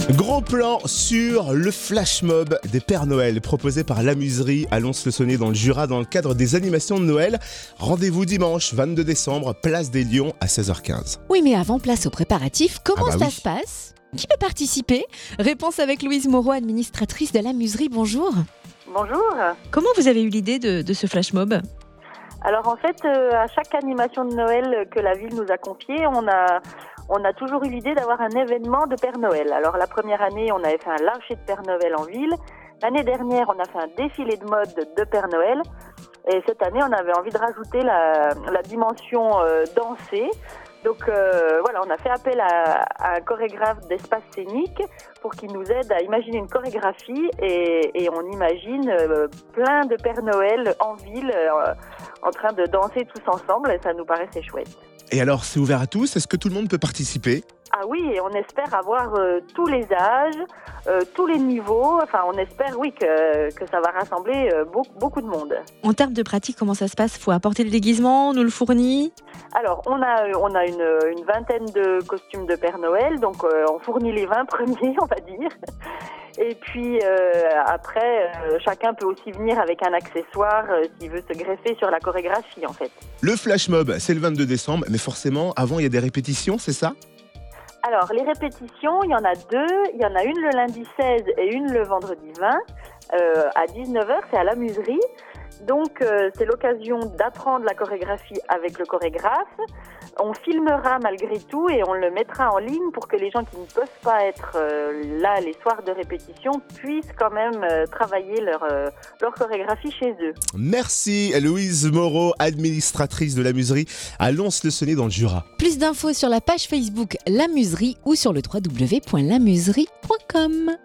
Gros plan sur le flash mob des Pères Noël proposé par l'Amuserie à Lons-le-Saunier dans le Jura dans le cadre des animations de Noël. Rendez-vous dimanche 22 décembre, place des Lions à 16h15. Oui, mais avant, place aux préparatifs. Comment ça oui. se passe ? Qui peut participer ? Réponse avec Louise Moreau, administratrice de l'Amuserie. Bonjour. Bonjour. Comment vous avez eu l'idée de ce flash mob ? Alors en fait, à chaque animation de Noël que la ville nous a confiée, on a toujours eu l'idée d'avoir un événement de Père Noël. Alors la première année, on avait fait un lâcher de Père Noël en ville. L'année dernière, on a fait un défilé de mode de Père Noël. Et cette année, on avait envie de rajouter la dimension dansée. Donc voilà, on a fait appel à un chorégraphe d'espace scénique pour qu'il nous aide à imaginer une chorégraphie et on imagine plein de Père Noël en ville en train de danser tous ensemble et ça nous paraissait chouette. Et alors, c'est ouvert à tous ? Est-ce que tout le monde peut participer ? Ah oui, et on espère avoir tous les âges, tous les niveaux. Enfin, on espère, oui, que ça va rassembler beaucoup de monde. En termes de pratique, comment ça se passe ? Faut apporter le déguisement, on nous le fournit ? Alors, on a une vingtaine de costumes de Père Noël, donc on fournit les 20 premiers, on va dire. Et puis après, chacun peut aussi venir avec un accessoire s'il veut se greffer sur la chorégraphie, en fait. Le flash mob, c'est le 22 décembre, mais forcément, avant, il y a des répétitions, c'est ça ? Alors, les répétitions, il y en a deux. Il y en a une le lundi 16 et une le vendredi 20. À 19h, c'est à l'Amuserie. Donc, c'est l'occasion d'apprendre la chorégraphie avec le chorégraphe. On filmera malgré tout et on le mettra en ligne pour que les gens qui ne peuvent pas être là les soirs de répétition puissent quand même travailler leur chorégraphie chez eux. Merci Louise Moreau, administratrice de l'Amuserie à Lons-le-Saunier dans le Jura. Plus d'infos sur la page Facebook L'Amuserie ou sur le www.lamuserie.com.